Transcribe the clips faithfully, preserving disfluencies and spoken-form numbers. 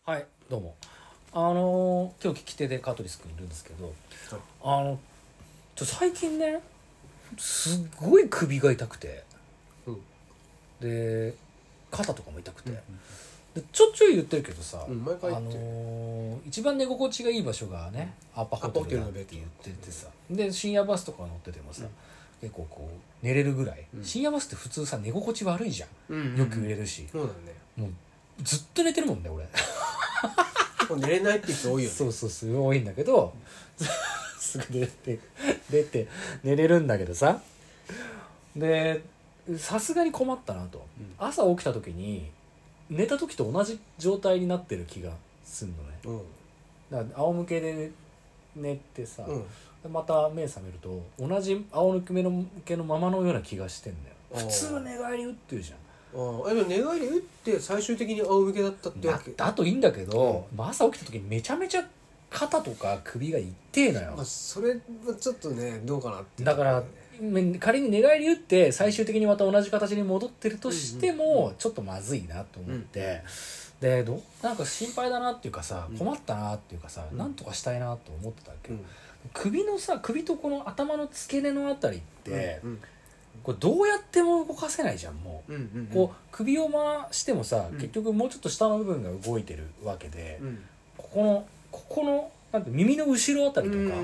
はい、どうも。あのー、今日聞き手で香取君いるんですけど、はい、あのちょ最近ねすっごい首が痛くて、うん、で肩とかも痛くて、うんうん、でちょっちょい言ってるけどさ、うん、毎回言ってる、あのー、一番寝心地がいい場所がね、うん、アパホテルだって言っててさ、で深夜バスとか乗っててもさ、うん、結構こう寝れるぐらい、うん、深夜バスって普通さ寝心地悪いじゃん、うんうんうん、よく揺れるし、 そうだね、 もうずっと寝てるもんね俺寝れないって人多いよね。 そうそうそう多いんだけどすぐ出て出て寝れるんだけどさ、でさすがに困ったなと、うん、朝起きた時に寝た時と同じ状態になってる気がするのね、うん、だから仰向けで寝てさ、うん、また目覚めると同じ仰向けのままのような気がしてんだよ。普通寝返り打ってるじゃん。 ああ、でも寝返り打って最終的に仰向けだったってわけだといいんだけど、うん、朝起きた時にめちゃめちゃ肩とか首が痛えのよ、 まあ、それはちょっとねどうかなって、ね、 だから仮に寝返り打って最終的にまた同じ形に戻ってるとしてもちょっとまずいなと思って、うんうん、でどなんか心配だなっていうかさ、困ったなっていうかさ、うん、なんとかしたいなと思ってたわけ、うん、首のさ首とこの頭の付け根のあたりって、うんうん、これどうやっても動かせないじゃんもう、うんうんうん、こう首を回してもさ、うん、結局もうちょっと下の部分が動いてるわけで、うん、ここのここのなんて耳の後ろあたりとかの、うん、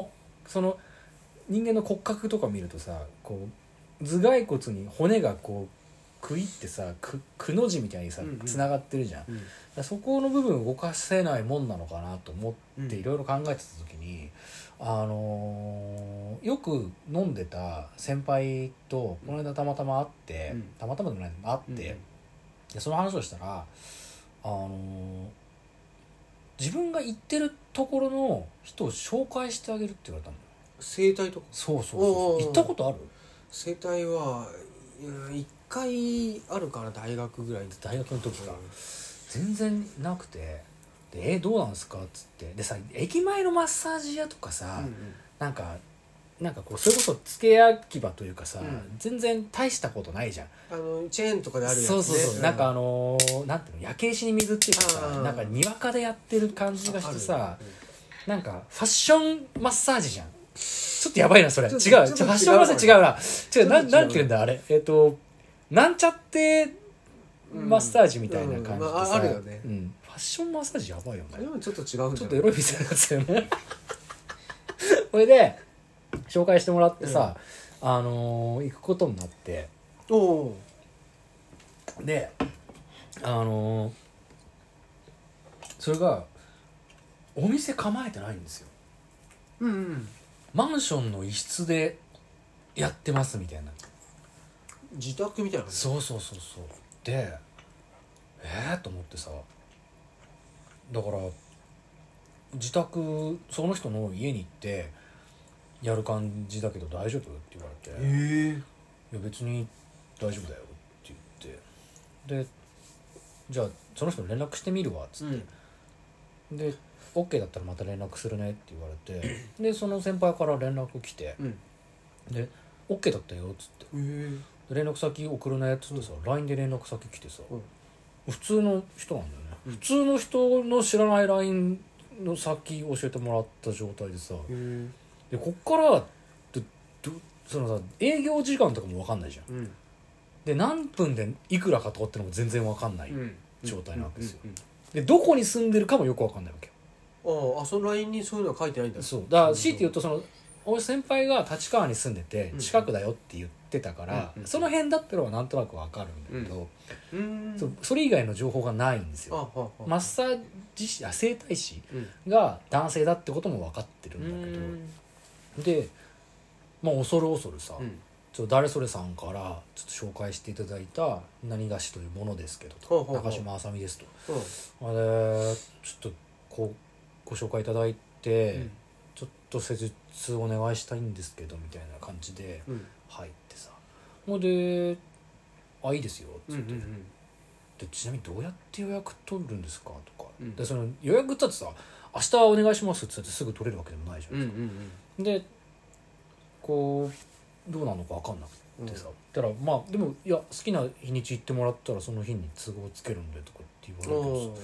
その人間の骨格とか見るとさこう頭蓋骨に骨がこうくいってさ く, くの字みたいにさつながってるじゃん、うんうん、だそこの部分を動かせないもんなのかなと思っていろいろ考えてた時に、あのー、よく飲んでた先輩とこの間たまたま会って、うん、たまたまでもない会って、うん、でその話をしたら、あのー、自分が行ってるところの人を紹介してあげるって言われたんだよ。 整体とか。 そうそうそう。行ったことある？ 整体は一回あるかな、大学ぐらい。 大学の時か、うん、全然なくて、でえどうなんですかっつってでさ、駅前のマッサージ屋とかさ、うんうん、なんかなんかこうそれこそ付け焼き場というかさ、うん、全然大したことないじゃん。 あのチェーンとかであるやつね。 そうそうそう、うん、なんかあのー、なんていうの焼け石に水っていうかさ、なんかにわかでやってる感じがしてさ、うん、なんかファッションマッサージじゃん。ちょっとやばいなそれ。違う、ちょファッションマッサージ違うな。違う、ななんていうんだあれ。えっとなんちゃってマッサージみたいな感じでさ、うんうんまあ、あるよね、うん。ファッションマッサージやばいよね。 でもちょっと違うんじゃない？ ちょっとエロいみたいなやつよね。これで紹介してもらってさ、うん、あのー、行くことになって、おで、あのー、それがお店構えてないんですよ。うんうん、マンションの一室でやってますみたいな。 自宅みたいな。 そうそうそうそう。で、えーと思ってさ、だから自宅その人の家に行ってやる感じだけど大丈夫って言われて、えー、いや別に大丈夫だよって言って、でじゃあその人に連絡してみるわっつって、うん、で OK だったらまた連絡するねって言われてでその先輩から連絡来て、うん、で OK だったよっつって、えー、連絡先送るねっつってさ、うん、ライン で連絡先来てさ、うん、普通の人なんだよね、うん、普通の人の知らない ライン の先教えてもらった状態でさ、でこっからでどそのさ営業時間とかも分かんないじゃん、うん、で何分でいくらかとかってのも全然分かんない状態なわけですよ、でどこに住んでるかもよく分かんないわけよ。ああ、その ライン にそういうのは書いてないんだ。 そうだから 強いて言うとその俺先輩が立川に住んでて近くだよって言ってたから、うんうん、その辺だったのはなんとなく分かるんだけど、うん、そ, それ以外の情報がないんですよ。マッサージ師あ整体師が男性だってことも分かってるんだけど、うん、で、まあ、恐る恐るさ、うん、ちょっと誰それさんからちょっと紹介していただいた何がしというものですけどと、中島あさみですと、あれちょっとこうご紹介いただいて、うん、ちょっと施術お願いしたいんですけどみたいな感じで入ってさ、ほんであいいですよっつって、うんうんうん、でちなみにどうやって予約取るんですかとか、うん、でその予約ってさ明日お願いしますって言ってすぐ取れるわけでもないじゃないですか、うんうんうん、でこうどうなのか分かんなくてさ、うん、だからまあでもいや好きな日にち行ってもらったらその日に都合つけるんでとかって言われるけどさ、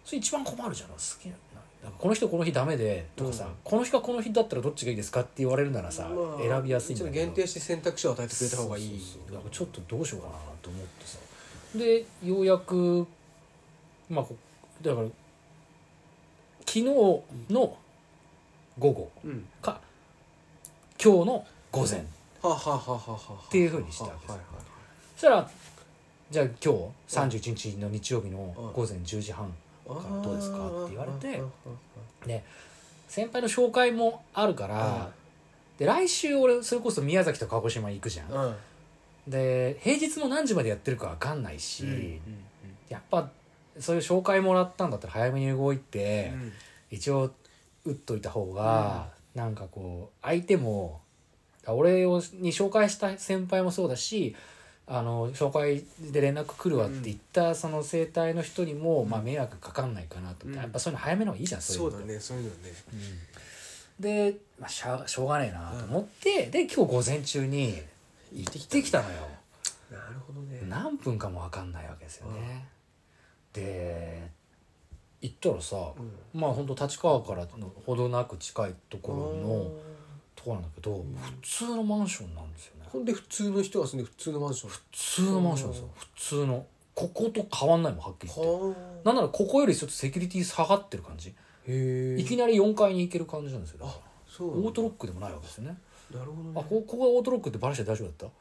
それ一番困るじゃん。好きななんかこの人この日ダメでとかさ、うん、この日かこの日だったらどっちがいいですかって言われるならさ、まあ、選びやすいんだけど限定して選択肢を与えてくれた方がいい。 そうそうそう、だからちょっとどうしようかなと思ってさ、でようやくまあだから昨日の午後か、うん、今日の午前っていう風にしたわけです。そしたらじゃあ今日さんじゅういちにちの日曜日の午前じゅうじはんからどうですかって言われて、で先輩の紹介もあるから、で来週俺それこそ宮崎と鹿児島行くじゃん。で平日も何時までやってるか分かんないし、うんうんうん、やっぱそういう紹介もらったんだったら早めに動いて、うん、一応打っといた方が、うん、なんかこう相手も俺をに紹介した先輩もそうだし、あの紹介で連絡来るわって言ったその生態の人にも、うん、まあ、迷惑かかんないかなと思って、うん、やっぱそういうの早めの方がいいじゃん。 そうだね、そういうのね、 うん、で、まあ、しゃしょうがねえなと思って、うん、で今日午前中に行ってきたのよ。 なるほどね。 何分かも分かんないわけですよね、うん、で行ったらさ、うん、まあほんと立川からのほどなく近いところのところなんだけど、うん、普通のマンションなんですよね。 ほんで普通の人が住んで普通のマンション、 普通のマンションですよ。普通のここと変わんないもん、はっきり言って。なんならここよりちょっとセキュリティ下がってる感じ。へいきなりよんかいに行ける感じなんですよ。あ、そうオートロックでもないわけですよね。 なるほどね。 あ、ここがオートロックってバラして大丈夫だった？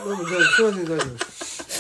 大丈夫、すいません、大丈夫です。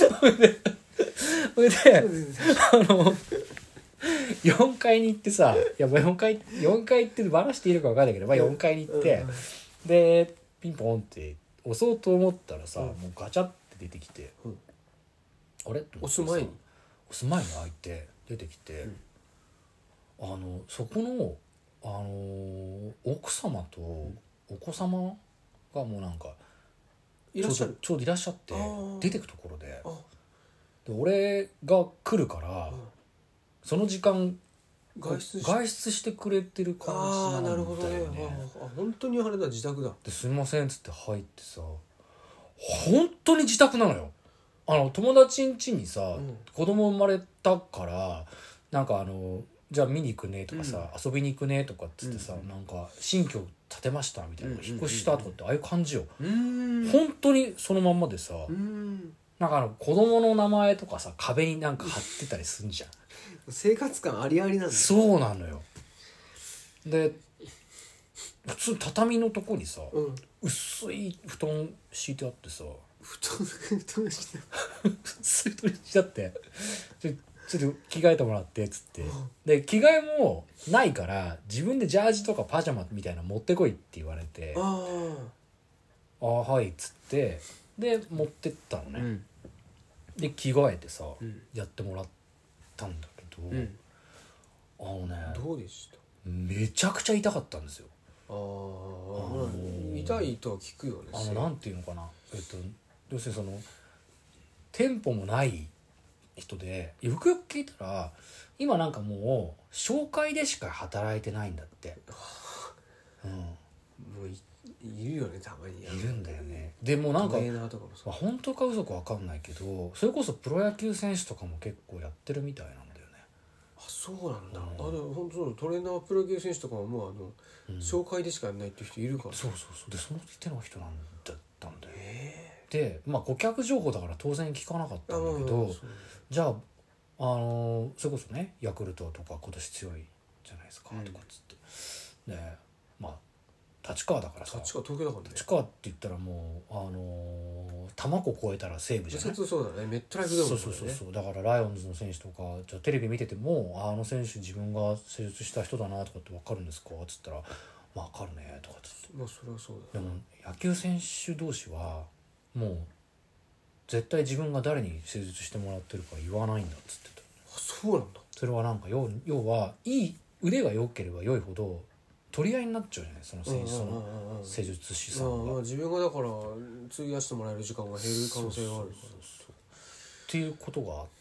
それでそれであのよんかいに行ってさ、いやよんかいよんかいってバラしていいのか分かんないけど、まあ、よんかいに行って、うんうん、でピンポンって押そうと思ったらさ、うん、もうガチャって出てきて、うん、あれ押す前に押す前に開いて出てきて、うん、あのそこの、あのー、奥様とお子様がもうなんかいらっしゃるちょうどいらっしゃって出てくところ で, で俺が来るから、うん、その時間外出 し, 外出してくれてる感じなんだよね。あ、なるほどね。 あ、本当にあれだ、自宅だ。 ですいませんっつって入ってさ、本当に自宅なのよ。あの友達ん家にさ、うん、子供生まれたからなんかあのじゃあ見に行くねとかさ、うん、遊びに行くねとかっつってさ、うん、なんか新居建てましたみたいな、うん、引っ越ししたとかってああいう感じよ。うん本当にそのまんまでさ、うんなんかあの子供の名前とかさ壁になんか貼ってたりすんじゃん。 生活感ありありなんだ。 そうなのよ。で普通畳のとこにさ、うん、薄い布団敷いてあってさ、 布団布団敷いて薄い布団敷いてあってちょちょっと着替えてもらってっつって、うん、で着替えもないから自分でジャージとかパジャマみたいな持ってこいって言われて、ああはいっつってで持ってったのね、うん、で着替えてさ、うん、やってもらったんだけど、うん、あのねどうでした？ めちゃくちゃ痛かったんですよ。ああ、 のー、痛いとは聞くよね。 あのなんていうのかな、えっと要するにその店舗もない人で、よくよく聞いたら今なんかもう紹介でしか働いてないんだって。うん、もう い, いるよね、たまにいるんだよね。でもなんか、まあ、本当か嘘か分かんないけど、それこそプロ野球選手とかも結構やってるみたいなんだよね。 あ、そうなんだ、うん、あでも本当トレーナープロ野球選手とかももうあの、うん、紹介でしかやらないっていう人いるから、ね、 そうそうそう。でその手の人なんだったんだよ。でまあ顧客情報だから当然聞かなかったんだけど、じゃああのそれこそねヤクルトとか今年強いじゃないですか、うん、とかっつってでまあ立川だからさ、 立川東京だからね。 立川って言ったらもうあの多摩湖越えたら西武じゃない。 そうだね、メットライフドームだね。 そうそうそうそう。だからライオンズの選手とかじゃあテレビ見ててもあの選手自分が施術した人だなとかって分かるんですかっつったら分かるねとかっつって。 まあそれはそうだ、 ね、でも野球選手同士はもう絶対自分が誰に施術してもらってるか言わないんだっつってた。 あ、そうなんだ。 それはなんか 要, 要はいい腕が良ければ良いほど取り合いになっちゃうじゃない、その選手、その施術師さんが、 まあ、自分がだから費やしてもらえる時間が減る可能性があるから、 っていうことがあって、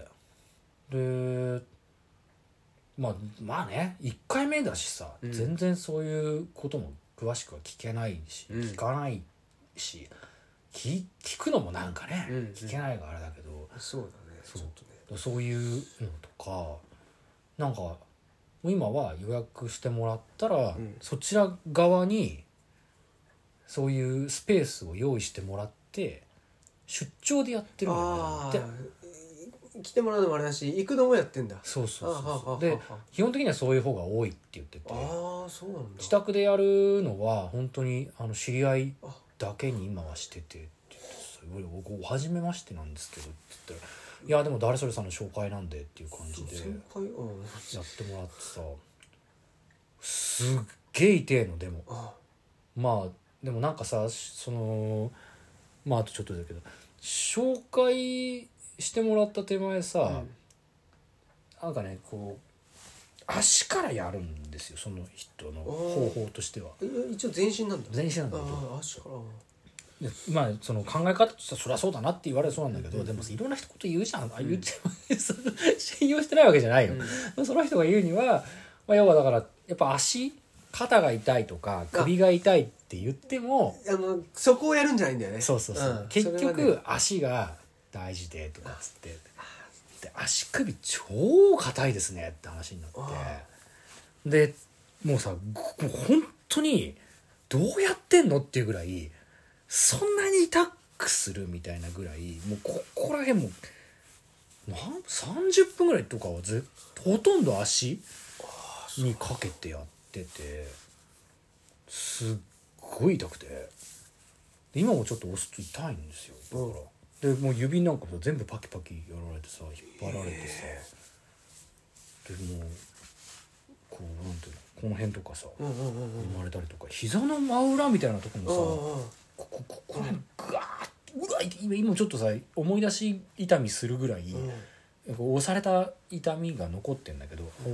でまあまあねいっかいめだしさ、うん、全然そういうことも詳しくは聞けないし、うん、聞かないし聞, 聞くのもなんかね、うんうん、聞けないからあれだけど、 そうだね、 そうちょっとね、そういうのとかなんかもう今は予約してもらったら、 うん、 そちら側にそういうスペースを用意してもらって出張でやってるんだよね。 来てもらうのもあれだし行くのもやってんだ。 そうそうそうそう。 あで基本的にはそういう方が多いって言ってて、 ああそうなんだ。 自宅でやるのは本当にあの知り合いだけに今はしててって言ってさ、お初めましてなんですけどって言ったら、いやでも誰それさんの紹介なんでっていう感じでや先輩、うん、 ってもらってさ、すっげえ痛えの。でもあまあでもなんかさ、そのまああとちょっとだけど紹介してもらった手前さ、 うん、 なんかねこう足からやるんですよ、その人の方法としては。 一応全身なんだ。 全身なんだけど、 あ足からでまあその考え方としてはそりゃそうだなって言われそうなんだけど、うん、でもいろんなこと言うじゃん、あ言っちゃう信用してないわけじゃないよ、うん、その人が言うには、まあ、要はだからやっぱ足肩が痛いとか首が痛いって言ってもあのそこをやるんじゃないんだよね。 そうそうそう、うん、結局足が大事でとかっつってで足首超硬いですねって話になって、でもうさもう本当にどうやってんのっていうぐらいそんなに痛くするみたいなぐらいもうここら辺もなんさんじゅっぷんぐらいとかはぜほとんど足にかけてやっててすっごい痛くてで今もちょっと押すと痛いんですよ。だから、うん、でもう指なんかも全部パキパキやられてさ引っ張られてさ、でもうこうなんていうのこの辺とかさ、うんうんうんうん、生まれたりとか膝の真裏みたいなところもさ、うんうん、ここここら辺ガーッうわ今今ちょっとさ思い出し痛みするぐらい、うん、押された痛みが残ってんだけど、